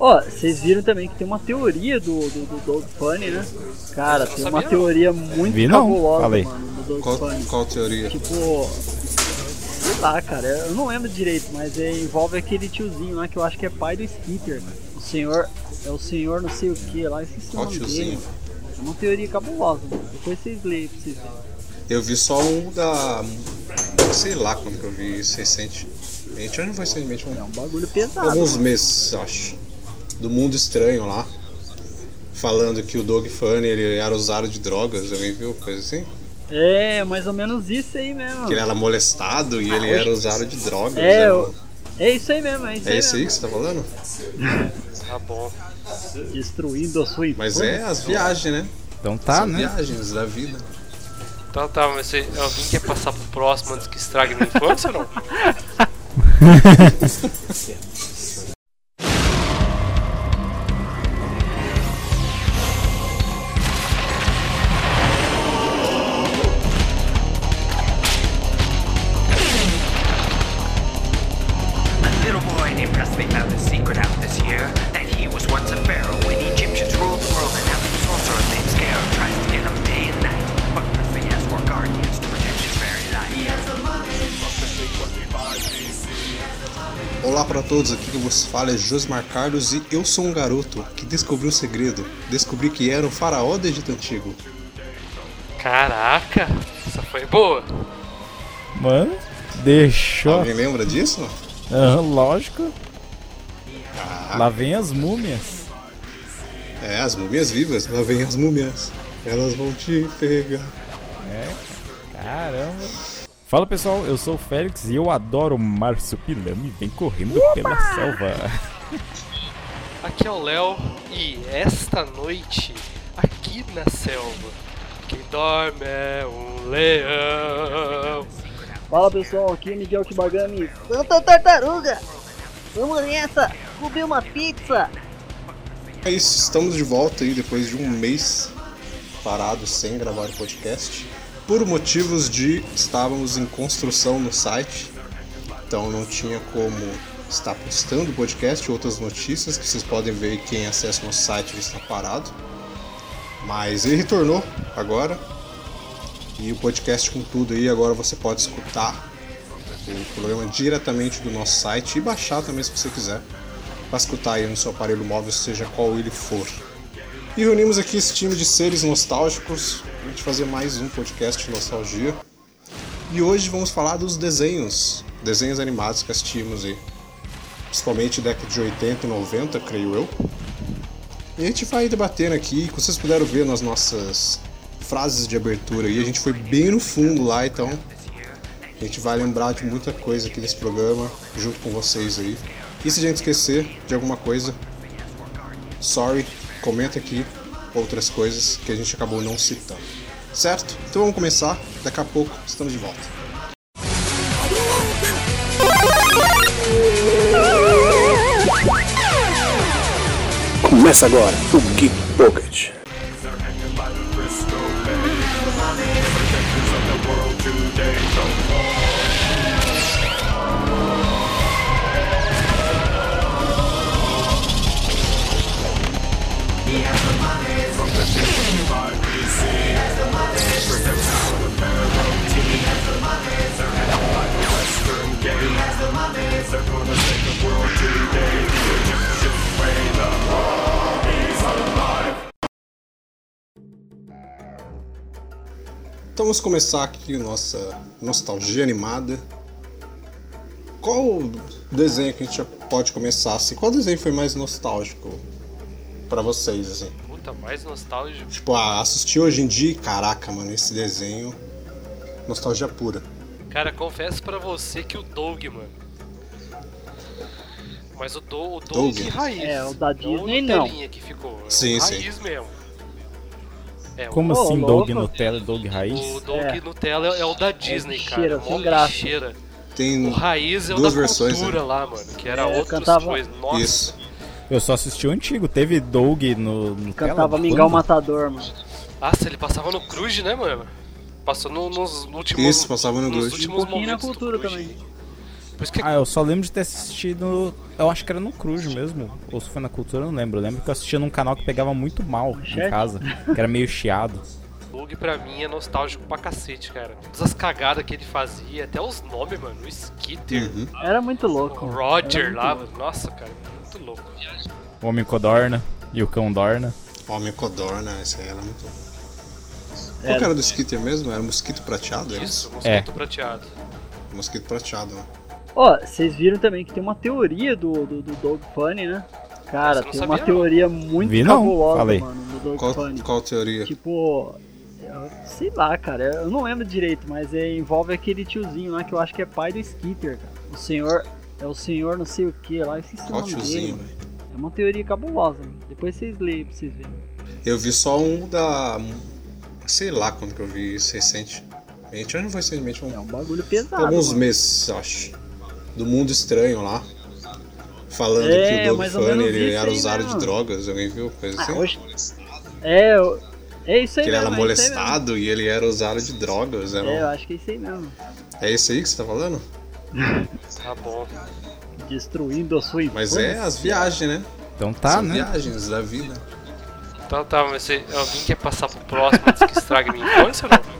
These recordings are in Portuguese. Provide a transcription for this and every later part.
Ó, vocês viram também que tem uma teoria do Dog Funny, né? Cara, tem uma teoria muito cabulosa, mano, do Dog Funny. Qual teoria? Tipo, sei lá, cara, eu não lembro direito, mas envolve aquele tiozinho lá que eu acho que é pai do Skipper. O senhor não sei o que lá, esqueci o nome dele. É uma teoria cabulosa, mano. Depois vocês leem pra vocês verem. Eu vi só um da... sei lá como que eu vi isso recentemente. Onde não foi recentemente? É um bagulho pesado. Alguns meses, acho. Do Mundo Estranho lá. Falando que o Dog Funny ele era usuário de drogas. Alguém viu coisa assim? É, mais ou menos isso aí mesmo. Que ele era molestado e ele era usuário de drogas. É isso aí mesmo, é isso aí que você tá falando? Tá bom. Destruindo a sua infância. Mas é as viagens, né? Então tá, são né? viagens da vida. Então tá, mas alguém quer passar pro próximo antes que estrague minha infância ou não? Olá para todos, aqui que vos fala é Josmar Carlos e eu sou um garoto que descobriu o segredo. Descobri que era um faraó do Egito Antigo. Caraca, essa foi boa. Mano, deixou. Alguém lembra disso? Lógico. Lá vem as múmias. É, as múmias vivas, lá vem as múmias. Elas vão te pegar. Caramba. Fala pessoal, eu sou o Félix e eu adoro marsupilame, vem correndo pela selva. Aqui é o Léo e esta noite, aqui na selva, quem dorme é um leão. Fala pessoal, aqui é Miguel Kibagami. Santa Tartaruga! Vamos nessa! Comer uma pizza! É isso, estamos de volta aí depois de um mês parado sem gravar o podcast. Por motivos de estávamos em construção no site, então não tinha como estar postando o podcast e outras notícias que vocês podem ver quem acessa o nosso site está parado. Mas ele retornou agora e o podcast com tudo aí agora você pode escutar o programa diretamente do nosso site e baixar também se você quiser para escutar aí no seu aparelho móvel, seja qual ele for. E reunimos aqui esse time de seres nostálgicos para a gente fazer mais um podcast de nostalgia. E hoje vamos falar dos desenhos animados que assistimos aí, principalmente década de 80 e 90, creio eu. E a gente vai debatendo aqui, como vocês puderam ver nas nossas frases de abertura aí, a gente foi bem no fundo lá, então a gente vai lembrar de muita coisa aqui nesse programa, junto com vocês aí. E se a gente esquecer de alguma coisa, sorry. Comenta aqui outras coisas que a gente acabou não citando. Certo? Então vamos começar. Daqui a pouco estamos de volta. Começa agora o Geek Pocket. Então vamos começar aqui nossa nostalgia animada. Qual desenho que a gente já pode começar assim? Qual desenho foi mais nostálgico pra vocês assim? Puta, mais nostálgico. Tipo, assistir hoje em dia, caraca, mano, esse desenho, nostalgia pura. Cara, confesso pra você que o Doug, mano. Mas o Doug raiz. É, o da Disney não. não. Que ficou. Sim, raiz mesmo. É, Como assim Doug Nutella e Doug Raiz? O Doug Nutella é o da Disney, lixeira, cara. sem graça. Lixeira. Tem O Raiz é o duas da versões, cultura né? lá, mano. Que era outras cantava... coisas. Nossa. Isso. Eu só assisti o antigo, teve Doug no Cantava Mingau Matador, mano. Nossa, ele passava no Cruz, né, mano? Passou nos últimos. Isso, passava no Cruz. últimos Um pouquinho na momentos do cultura Cruz. também. Por isso que Eu só lembro de ter assistido. Eu acho que era no Cruz mesmo. Ou se foi na Cultura, eu não lembro. Eu lembro que eu assistia num canal que pegava muito mal em casa. Que era meio chiado. o Doug pra mim é nostálgico pra cacete, cara. Todas as cagadas que ele fazia, até os nomes, mano. O Skitter, Era muito o louco. Roger lá. Nossa, cara, muito louco. O Homem Codorna e o Cão Dorna. Homem Codorna, essa aí era muito. Qual que era do Skitter mesmo? Era mosquito prateado? Isso, mosquito prateado. Mosquito prateado, né? Ó, vocês viram também que tem uma teoria do Dog Funny, né? Cara, Essa eu não tem sabia, uma teoria muito Vi não, cabulosa, falei. mano, do Dog Funny. Qual teoria? Tipo, sei lá, cara, eu não lembro direito, mas envolve aquele tiozinho lá que eu acho que é pai do Skitter, cara. O senhor não sei o que lá, esqueci o Qual nome dele. tiozinho, Mano. velho? É uma teoria cabulosa, mano. Depois vocês leem pra vocês verem. Eu vi só um da. Sei lá quando que eu vi isso recentemente. Acho que não foi recentemente, É um bagulho pesado. alguns mano. meses, eu acho. Do Mundo Estranho lá. Falando É, que o Dog mais ou Funny menos ele isso era aí usuário de mesmo. drogas. Alguém viu? Coisa assim? Hoje... É isso aí Que ele era mesmo, é isso aí mesmo. molestado e ele era usuário de drogas. Era Eu acho que é isso aí mesmo. É esse aí que você tá falando? Tá bom. Destruindo a sua infância. Mas é as viagens, né? Então tá, São né? viagens da vida. Então tá, mas alguém quer passar pro próximo antes que estrague minha infância ou não?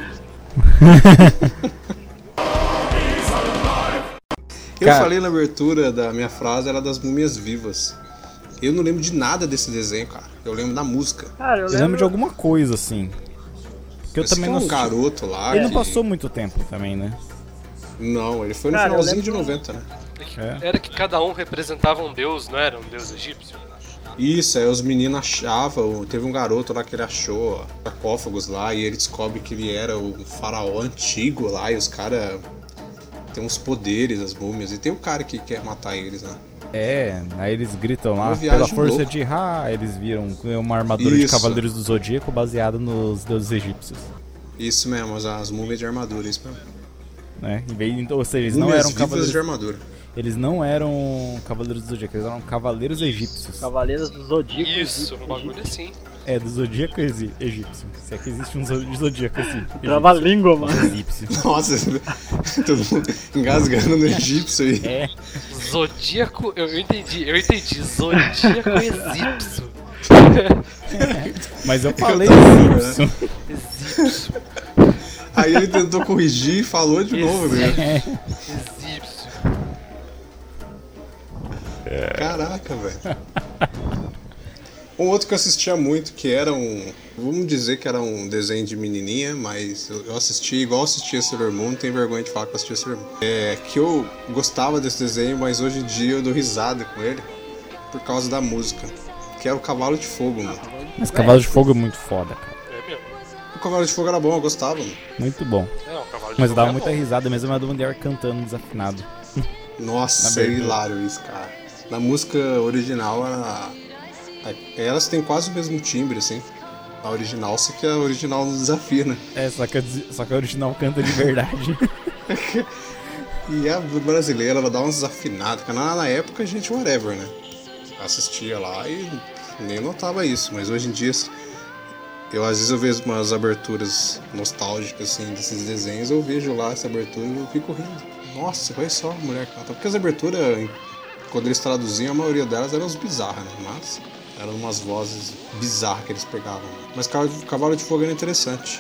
Eu Cara. falei na abertura da minha frase, era das múmias vivas. Eu não lembro de nada desse desenho, cara. Eu lembro da música. Cara, Eu lembro de alguma coisa assim. Porque eu Esse também que é não um assisti. garoto lá. Ele não que- passou muito tempo também, né? Não, ele foi no Cara, eu finalzinho de lembro- 90, né? Era que cada um representava um deus, não era? Um deus egípcio? Isso, aí os meninos achavam. Teve um garoto lá que ele achou sarcófagos lá e ele descobre que ele era o faraó antigo lá e os caras tem uns poderes, as múmias. E tem um cara que quer matar eles, né? Aí eles gritam lá, Uma viagem pela força louca. de Ra, eles viram uma armadura de Isso. Cavaleiros do Zodíaco baseada nos deuses egípcios. Isso mesmo, as múmias de armadura, isso mesmo. Né? Ou seja, eles não Múmias eram vivas cavaleiros. de armadura. Eles não eram Cavaleiros do Zodíaco, eles eram Cavaleiros Egípcios. Cavaleiros do Zodíaco. Isso, um bagulho assim. É, do Zodíaco Egípcio. Se é que existe um Zodíaco assim. Trava a língua, mano. Egípcio. Nossa, todo mundo engasgando no egípcio aí. É, Zodíaco, eu entendi. Zodíaco egípcio. mas eu falei egípcio. Egípcio. Aí ele tentou corrigir e falou de novo, né? Egípcio. Caraca, velho. Um outro que eu assistia muito, que era vamos dizer que era um desenho de menininha, mas eu assistia igual assistia Sailor Moon, não tenho vergonha de falar que eu assistia Sailor Moon. Que eu gostava desse desenho, mas hoje em dia eu dou risada com ele por causa da música. Que era o Cavalo de Fogo, mano. Mas Cavalo de Fogo é muito foda, cara. É mesmo. O Cavalo de Fogo era bom, eu gostava, mano. Muito bom. É, um cavalo de Mas fogo dava é muita bom. risada mesmo a do mulher cantando desafinado. Nossa, Na é abertura. hilário isso, cara. Na música original, elas têm quase o mesmo timbre, assim. A original, só que a original não desafia, né? Só que a original canta de verdade. E a brasileira, ela dá umas desafinadas. Porque na época a gente, whatever, né? Assistia lá e nem notava isso. Mas hoje em dia, às vezes eu vejo umas aberturas nostálgicas, assim, desses desenhos. Eu vejo lá essa abertura e eu fico rindo. Nossa, olha só a mulher canta. Porque as aberturas, quando eles traduziam, a maioria delas eram uns bizarras, né? Mas eram umas vozes bizarras que eles pegavam. Mas Cavalo de Fogo era interessante.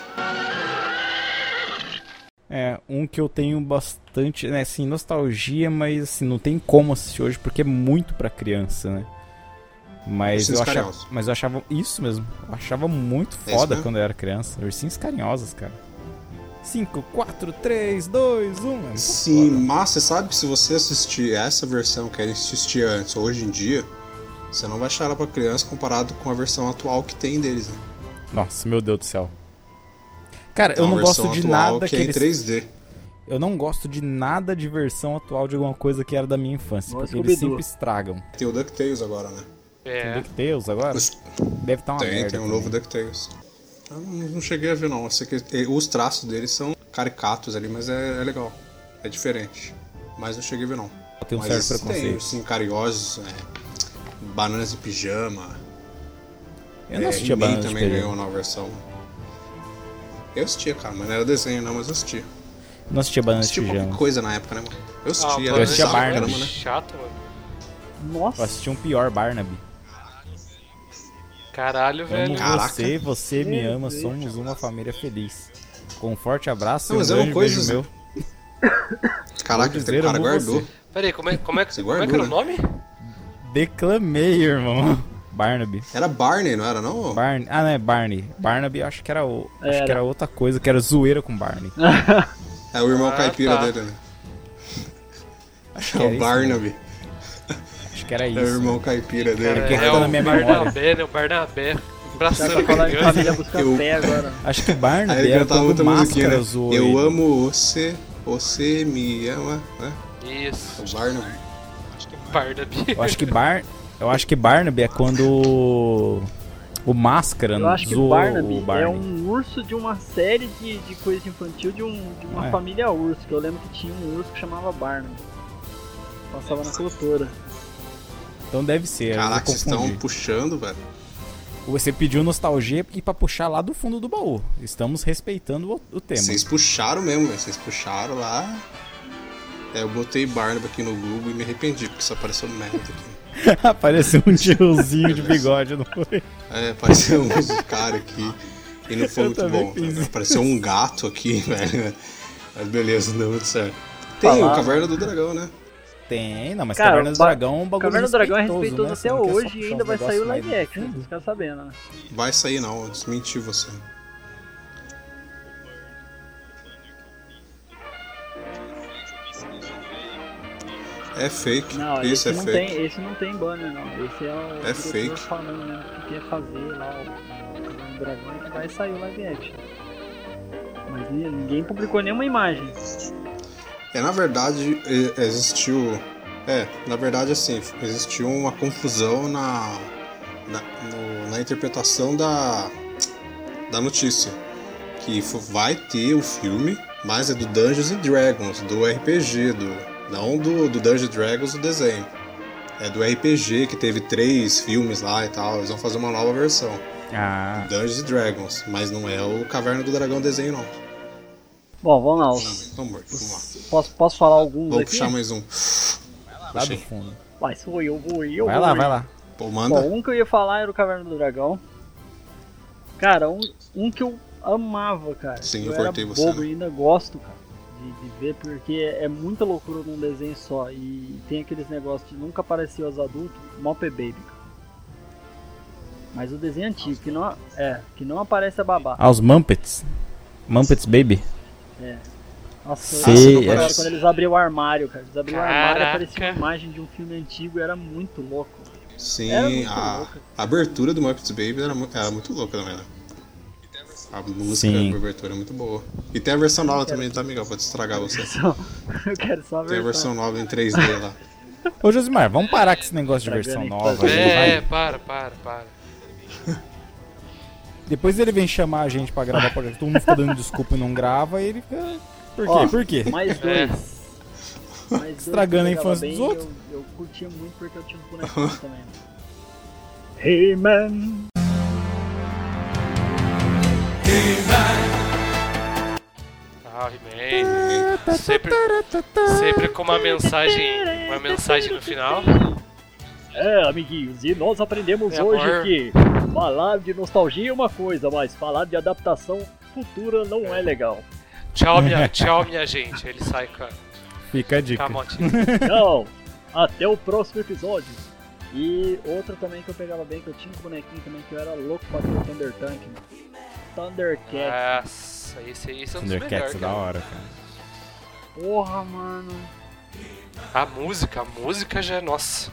É, um que eu tenho bastante, né, assim, nostalgia, mas assim, não tem como assistir hoje porque é muito pra criança, né? Mas Ursinhos eu achava, Carinhosos. mas eu achava isso mesmo. Eu achava muito É isso foda mesmo? quando eu era criança. Ursinhos Carinhosos, cara. 5, 4, 3, 2, 1. É muito Sim, foda. mas você sabe que se você assistir essa versão que a gente assistia antes, hoje em dia, você não vai achar ela pra criança comparado com a versão atual que tem deles, né? Nossa, meu Deus do céu. Cara, É eu uma não gosto versão de atual nada que que é em eles... 3D. Eu não gosto de nada de versão atual de alguma coisa que era da minha infância, Igual porque eles Scooby-Doo. sempre estragam. Tem o DuckTales agora, né? Tem É. DuckTales agora? Os- Deve estar uma merda. Tem um também. novo DuckTales. Eu não cheguei a ver, não. Eu sei que os traços deles são caricatos ali, mas é legal. É diferente. Mas não cheguei a ver, não. Tem um Mas certo tem, preconceito. assim, Carinhosos, Bananas de Pijama. Eu não assistia He-Man Banana de também ganhou Pijama. uma nova versão. Eu assistia, cara, mas não era desenho não, mas eu assistia. Não assistia Banana de Assistia qualquer Pijama. coisa na época, né, mano? Eu assistia, eu era assistia bizarro, Barney. caramba, né? Chato, mano. Eu Nossa, assisti um pior, Barnaby. Caralho, velho. Amo Caraca. você, você me Meu ama, Deus. somos uma família feliz. Com um forte abraço Não, e um mas é uma grande coisa- beijo meu. Caraca, Vou o dizer, cara amo guardou. você. Pera aí, como é que Você era guardou, o nome? Declamei, irmão. Barnaby. Era Barney, não era não? Barney. Ah, não é Barney. Barnaby eu acho que era acho Era. que era outra coisa, que era zoeira com Barney. É o irmão Ah, caipira tá. dele, né? Acho que É era o isso, Barnaby. né? Acho que era É o isso. irmão caipira dele. Cara, que é tá na minha o memória. Barnabé, né? O Barnabé. já Abraçando tá falando em família criança. buscar Eu- pé agora. Acho que Aí Barnaby ele era cantava quando outra musiquinha, Máscara né? zoou Eu ele. amo você, você me ama, né? Isso. O Barnaby. Barnaby. Eu acho que Barnaby é quando o Máscara Eu acho que zoou Barnaby o Barney. é um urso de uma série de coisa infantil de uma É. família urso, que eu lembro que tinha um urso que chamava Barnaby. Passava na cultura. Então deve ser, Caraca, eu vocês estão confundi. puxando, velho. Você pediu nostalgia e pra puxar lá do fundo do baú. Estamos respeitando o tema. Vocês puxaram mesmo, velho. Vocês puxaram lá. É, eu botei Barnaby aqui no Google e me arrependi, porque só apareceu merda aqui. Apareceu um tiozinho de bigode, não foi? É, apareceu um cara aqui e não foi Eu muito também bom. fiz Velho. isso. Apareceu um gato aqui, velho. Mas beleza, não deu muito certo. Tem Falar. o Caverna do Dragão, né? Tem, não, mas Cara, Caverna do Dragão é um bagulho Caverna do Dragão é respeitoso, respeitoso né? até Você não quer só hoje puxar e ainda uns vai sair o negócios live mais action, vocês ficaram sabendo, né? Vai sair não, eu desmenti você. É fake. Não, Isso esse é não fake. tem, esse não tem banner não. Esse é o diretor fake. falando mesmo que quer fazer lá o Caverna do Dragão e que vai sair o live action. Mas ninguém publicou nenhuma imagem. É, na verdade, existiu. É, na verdade, assim, existiu uma confusão na interpretação da notícia. Que vai ter o filme, mas é do Dungeons and Dragons, do RPG, não do Dungeons and Dragons, o desenho. É do RPG, que teve 3 filmes lá e tal, eles vão fazer uma nova versão. Ah, Dungeons and Dragons, mas não é o Caverna do Dragão desenho, não. Bom, vamos lá. os- Então, amor, vamos lá. Posso falar alguns Vou aqui? puxar mais um. lá do Puxei. fundo. Vai, sou eu. Vai lá, vai lá. Pô, manda. Bom, um que eu ia falar era o Caverna do Dragão. Cara, um que eu amava, cara. Sim, eu eu cortei era você, bobo né? e ainda gosto, cara, de ver, porque é muita loucura num desenho só. E tem aqueles negócios de nunca aparecer os adultos, Muppet Baby, cara. Mas o desenho antigo, que não aparece a babá. Ah, os Muppets. Muppets Baby. Nossa, Sei, eu é. quando eles abriam o armário, cara. Eles abriam o armário, Caraca. aparecia uma imagem de um filme antigo, era muito louco. Era Sim, muito a louca. abertura do Muppets Baby era muito louca também, né? A música Sim. da abertura é muito boa. E tem a versão nova também, tá, Miguel? Pode estragar você. Eu quero só Tem a ver. versão nova em 3D lá. Ô Josimar, vamos parar com esse negócio de Estragando versão aí, nova. fazendo. aí, vai. Para. Depois ele vem chamar a gente pra gravar podcast, todo mundo fica dando desculpa e não grava, e ele fica... Por quê? Ó, Por quê? Mais dois. Mais dois Estragando que a eu infância pegava dos bem, Eu curtia muito porque eu tinha uns bonequinhos também. Hey man! Ah, He-Man. Sempre com uma mensagem no final. Amiguinhos, e nós aprendemos É, hoje amor. que falar de nostalgia é uma coisa, mas falar de adaptação futura não é legal. Tchau, minha gente. Ele sai com Fica a dica. a motinha. Então, até o próximo episódio. E outra também que eu pegava bem, que eu tinha um bonequinho também, que eu era louco pra ter o Thunder Tank. Thundercat. Nossa, esse é um dos Thundercats melhores. é da cara. hora, cara. Porra, mano. A música já é nossa.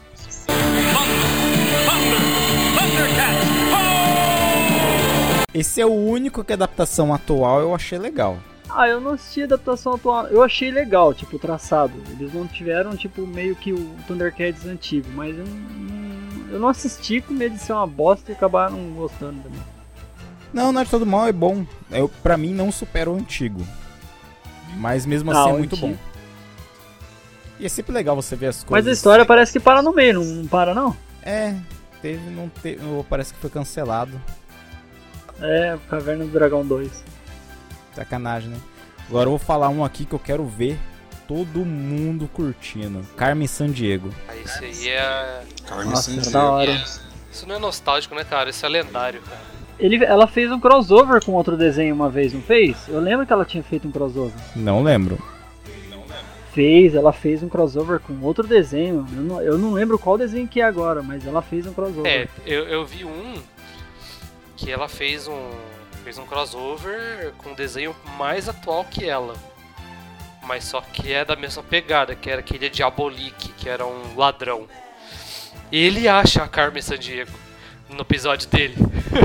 Esse é o único que a adaptação atual eu achei legal. Ah, eu não assisti a adaptação atual. Eu achei legal, tipo, o traçado. Eles não tiveram, tipo, meio que o Thundercats antigo. Mas eu não assisti com medo de ser uma bosta e acabar não gostando também. Não, Não é de Todo Mal é bom. Pra mim não supera o antigo. Mas mesmo assim é o muito antigo. bom. E é sempre legal você ver as Mas coisas. a história parece que para no meio, não para não? É, não teve, parece que foi cancelado. É, Caverna do Dragão 2. Sacanagem, né? Agora eu vou falar um aqui que eu quero ver todo mundo curtindo. Carmen Sandiego. Esse aí é... Carmen Nossa, Sandiego. da hora. Isso não é nostálgico, né, cara? Isso é lendário, cara. Ela fez um crossover com outro desenho uma vez, não fez? Eu lembro que ela tinha feito um crossover. Não lembro. Ela fez um crossover com outro desenho. Eu não lembro qual desenho que é agora, mas ela fez um crossover. É, eu vi um que ela fez um crossover com um desenho mais atual que ela. Mas só que é da mesma pegada, que era aquele Diabolik, que era um ladrão. Ele acha a Carmen Sandiego no episódio dele.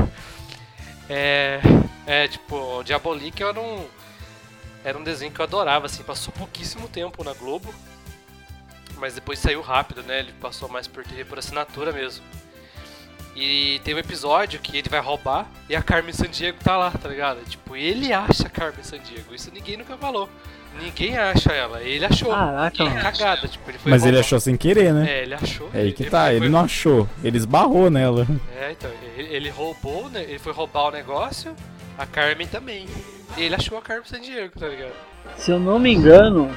Tipo, o Diabolik era um desenho que eu adorava, assim, passou pouquíssimo tempo na Globo, mas depois saiu rápido, né? Ele passou mais por TV por assinatura mesmo. E tem um episódio que ele vai roubar e a Carmen Sandiego tá lá, tá ligado? Tipo, ele acha a Carmen Sandiego, isso ninguém nunca falou. Ninguém acha ela, ele achou. Caraca, Que mano. cagada, tipo, ele foi Mas roubar. ele achou sem querer, né? É, ele achou. É aí que tá, ele não achou. Ele esbarrou nela. É, então, ele roubou, né? Ele foi roubar o negócio, a Carmen também. E ele achou a Carmen Sandiego, tá ligado? Se eu não me engano,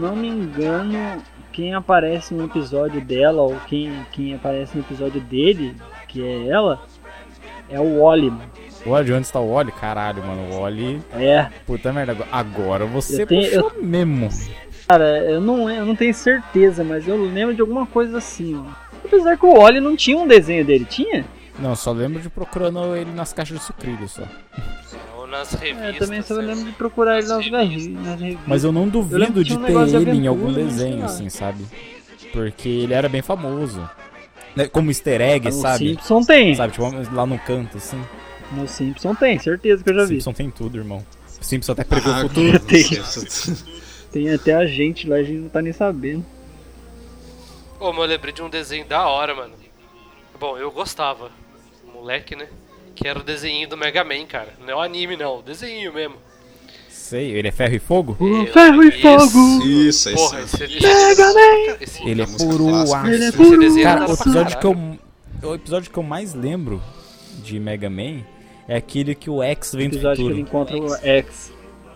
quem aparece no episódio dela ou quem aparece no episódio dele, que é ela, é o Wally, mano. Olha, de onde está o Wally? Caralho, mano, o Wally... É, Puta merda, agora você Eu tenho- puxou mesmo. cara, eu não tenho certeza, mas eu lembro de alguma coisa assim, ó. Apesar que o Wally não tinha um desenho dele, tinha? Não, só lembro de procurando ele nas caixas de sucrilhos só. Ou nas revistas. Eu também só né? lembro de procurar ele nas revistas. Mas eu não lembro duvido que de tinha um ter negócio de ele em algum aventura, mas sei desenho, lá. assim, sabe? Porque ele era bem famoso. Né, como easter egg, No sabe? Simpson tem. Sabe, tipo, lá no canto, assim. No Simpson tem, certeza que eu já vi. Simpson tem tudo, irmão. O Simpson até prevê o Ah, futuro. Tem até a gente lá, a gente não tá nem sabendo. Ô, mas eu lembrei de um desenho da hora, mano. Bom, eu gostava. Moleque, né? Que era o desenho do Mega Man, cara. Não é o anime, não. O desenho mesmo. Sei, ele é ferro e fogo? Ferro e Isso. fogo! Isso, é Porra, isso. Mega Man! Ele é A música puro clássica. aço. Ele é Esse puro desenho Cara, era o pra episódio, caralho. o episódio que eu mais lembro de Mega Man é aquele que o X vem do Episódio que ele futuro. encontra o X.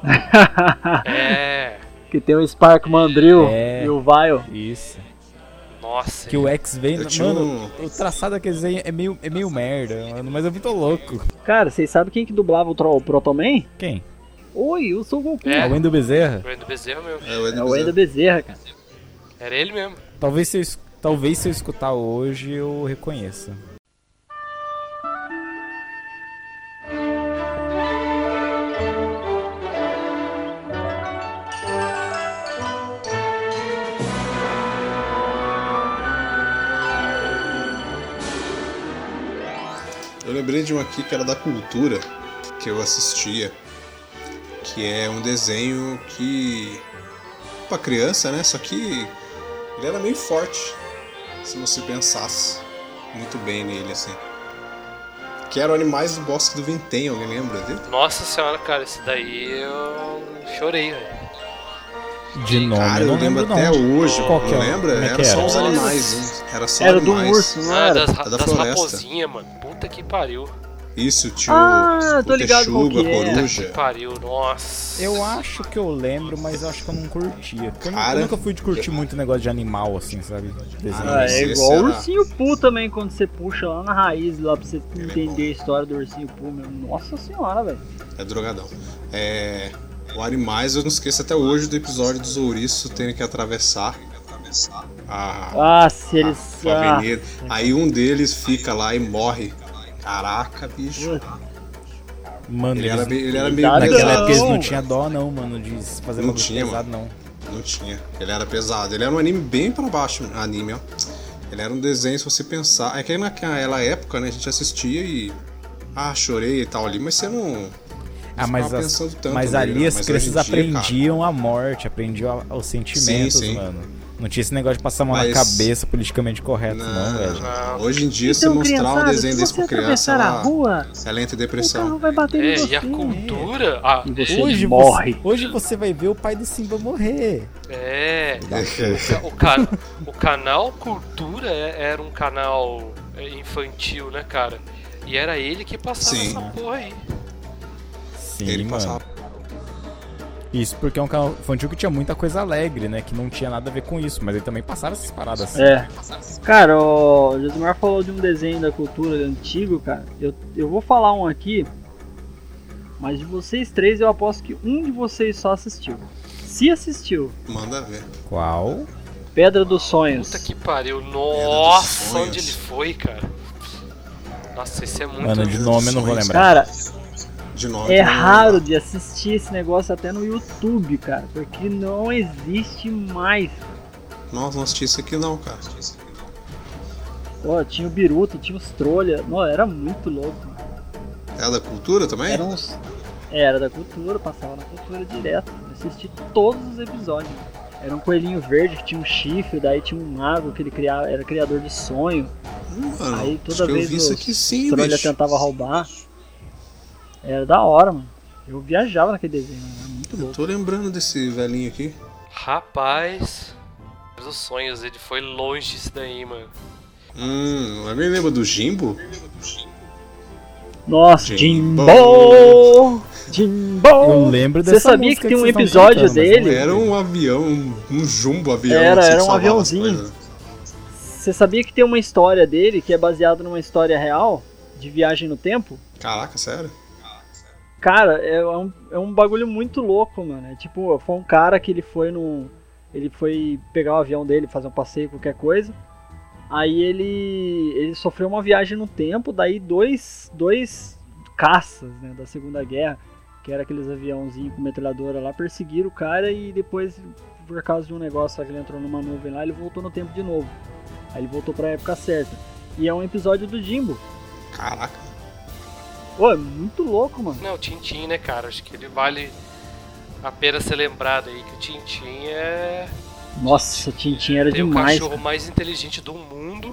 É. Que tem o Spark Mandrill É. e o Vile. Isso. Nossa. Que o X vem... Eu tinha Mano, o traçado daquele desenho é meio merda, mano, mas eu vi tô louco. Cara, vocês sabem quem que dublava o Protoman? Quem? Oi, eu sou o Goku. É. É o Wendel Bezerra? O Endo Bezerra mesmo. É o É o Enda Bezerra, cara. Era ele mesmo. Talvez se eu escutar hoje eu reconheça. Eu lembrei de um aqui que era da Cultura, que eu assistia, que é um desenho que... pra criança, né? Só que ele era meio forte, se você pensasse muito bem nele, assim. Que era o Animais do Bosque do Vintém, alguém lembra dele? Nossa senhora, cara, esse daí eu chorei, velho. De nome Cara, eu eu não lembro lembro até não. hoje, Qual que não é? lembra? Como é que Era só era? os animais, né? Era só Era do animais. urso, não Ah, era? das da das floresta. raposinhas, mano. Puta que pariu. Isso, tio. Ah, tô o ligado qual Texuga, que é. Que Coruja. pariu, nossa. Eu acho que eu lembro, mas eu acho que eu não curtia. Porque Cara, eu nunca fui de curtir muito negócio de animal, assim, sabe? Desenho. Ah, esse é igual o era- Ursinho Poo também, quando você puxa lá na raiz, lá pra você entender a história do Ursinho Poo, meu. Nossa senhora, velho. É drogadão. O Animais, eu não esqueço até hoje do episódio dos ouriços terem que atravessar a Se eles. avenida. Aí um deles fica lá e morre. Caraca, bicho. Mano, Ele era eles... meio Cuidado, naquela pesado. época eles não Não. tinham dó não, mano, de fazer Não bagulho tinha, pesado, não. Não tinha. Ele era pesado. Ele era um anime bem pra baixo, anime, ó. Ele era um desenho, se você pensar... É que naquela época, né, a gente assistia e... Ah, chorei e tal ali, mas você não... Ah, mas, ficava pensando tanto mas nele, ali né? as Mas crianças hoje em dia, aprendiam a morte, aprendiam os sentimentos, Sim, sim. mano. Não tinha esse negócio de passar a mão Mas- na cabeça politicamente correto, não, velho. Não. Hoje em dia, você mostrar um desenho desse pra criança, ela entra em depressão. vai bater É, e a cultura. Ah, E você Hoje morre. hoje você vai ver o pai do Simba morrer. é. O canal Cultura era um canal infantil, né, cara? E era ele que passava Sim. essa porra aí. Sim, Ele mano. passava... Isso porque é um canal infantil que tinha muita coisa alegre, né? Que não tinha nada a ver com isso, mas ele também passava essas paradas assim. Cara, o Josimar falou de um desenho da cultura antigo, cara. Eu vou falar um aqui, mas de vocês três eu aposto que um de vocês só assistiu. Se assistiu. Manda ver. Qual? Pedra dos Sonhos. Puta que pariu. Nossa, onde ele foi, cara? Nossa, esse é muito... Mano, de nome eu não vou lembrar. Cara, de nome, é raro de assistir esse negócio até no YouTube, cara. Porque não existe mais. Nossa, não assisti isso aqui não, cara. Pô, tinha o Biruta, tinha os Trolha. Não, era muito louco. É da cultura também? Era da cultura, passava na cultura direto. Eu assisti todos os episódios. Era um coelhinho verde que tinha um chifre, daí tinha um mago que ele era criador de sonho. Mano, aí toda vez o Trolha tentava roubar. Era da hora, mano. Eu viajava naquele desenho, mano. Era muito louco. Tô lembrando desse velhinho aqui. Rapaz, os sonhos, ele foi longe disso daí, mano. Alguém lembra do Jimbo? Nossa, Jimbo! Eu lembro dessa. Você sabia que tem um episódio dele? Era um avião, um jumbo avião. Era um aviãozinho. Você sabia que tem uma história dele que é baseada numa história real de viagem no tempo? Caraca, sério? Cara, é um bagulho muito louco, mano. É tipo, foi um cara que ele foi pegar o avião dele, fazer um passeio, qualquer coisa. Aí ele sofreu uma viagem no tempo, daí dois caças, né, da Segunda Guerra, que era aqueles aviãozinhos com metralhadora lá, perseguiram o cara e depois, por causa de um negócio que ele entrou numa nuvem lá, ele voltou no tempo de novo. Aí ele voltou pra época certa. E é um episódio do Jimbo. Caraca. Pô, é muito louco, mano. Não, o Tintin, né, cara? Acho que ele vale a pena ser lembrado aí, que o Tintin é... Nossa, o Tintin era tem demais. Tem o cachorro mais inteligente do mundo.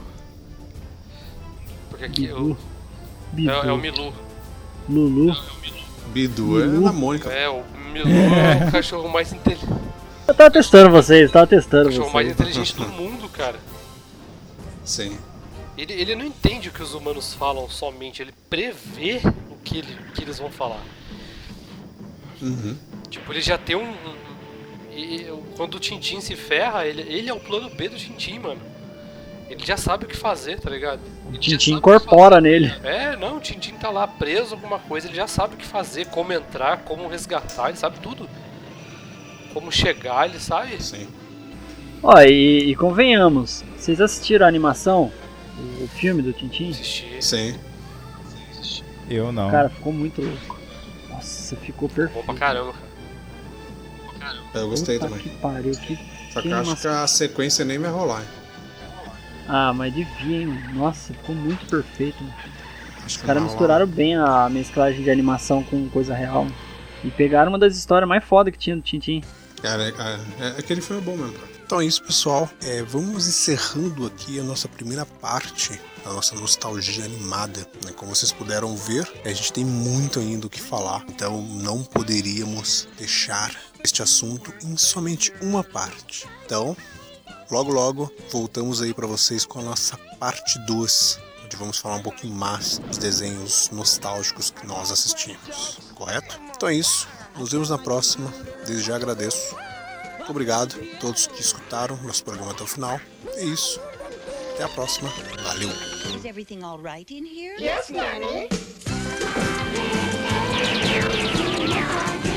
Porque aqui Bidu. É o Milu. Lulu. Bidu é na Mônica. É, o Milu é o cachorro mais inteligente. Eu tava testando vocês, O cachorro mais inteligente do mundo, cara. Sim. Ele não entende o que os humanos falam somente, ele prevê o que eles vão falar. Uhum. Tipo, ele já tem quando o Tintin se ferra, ele é o plano B do Tintin, mano. Ele já sabe o que fazer, tá ligado? O Tintin incorpora nele. O Tintin tá lá preso alguma coisa, ele já sabe o que fazer, como entrar, como resgatar, ele sabe tudo. Como chegar, ele sabe. Sim. Ó, e convenhamos, vocês assistiram a animação? O filme do Tintin? Assisti. Sim. Eu não. Cara, ficou muito louco. Nossa, ficou perfeito. Bom pra caramba, cara. Eu gostei Puta também. Que pariu, Só que eu acho que a sequência nem vai rolar, hein? Ah, mas devia, hein? Nossa, ficou muito perfeito. Acho Os caras misturaram bem a mesclagem de animação com coisa real. E pegaram uma das histórias mais foda que tinha do Tintin. Cara, aquele filme é bom mesmo, cara. Então é isso, pessoal. Vamos encerrando aqui a nossa primeira parte da nossa nostalgia animada, né? Como vocês puderam ver, a gente tem muito ainda o que falar. Então não poderíamos deixar este assunto em somente uma parte. Então, logo voltamos aí para vocês com a nossa parte 2, onde vamos falar um pouquinho mais dos desenhos nostálgicos que nós assistimos. Correto? Então é isso. Nos vemos na próxima. Desde já agradeço. Obrigado a todos que escutaram nosso programa até o final. É isso. Até a próxima. Valeu. Is everything all right in here? Yes, Nanny.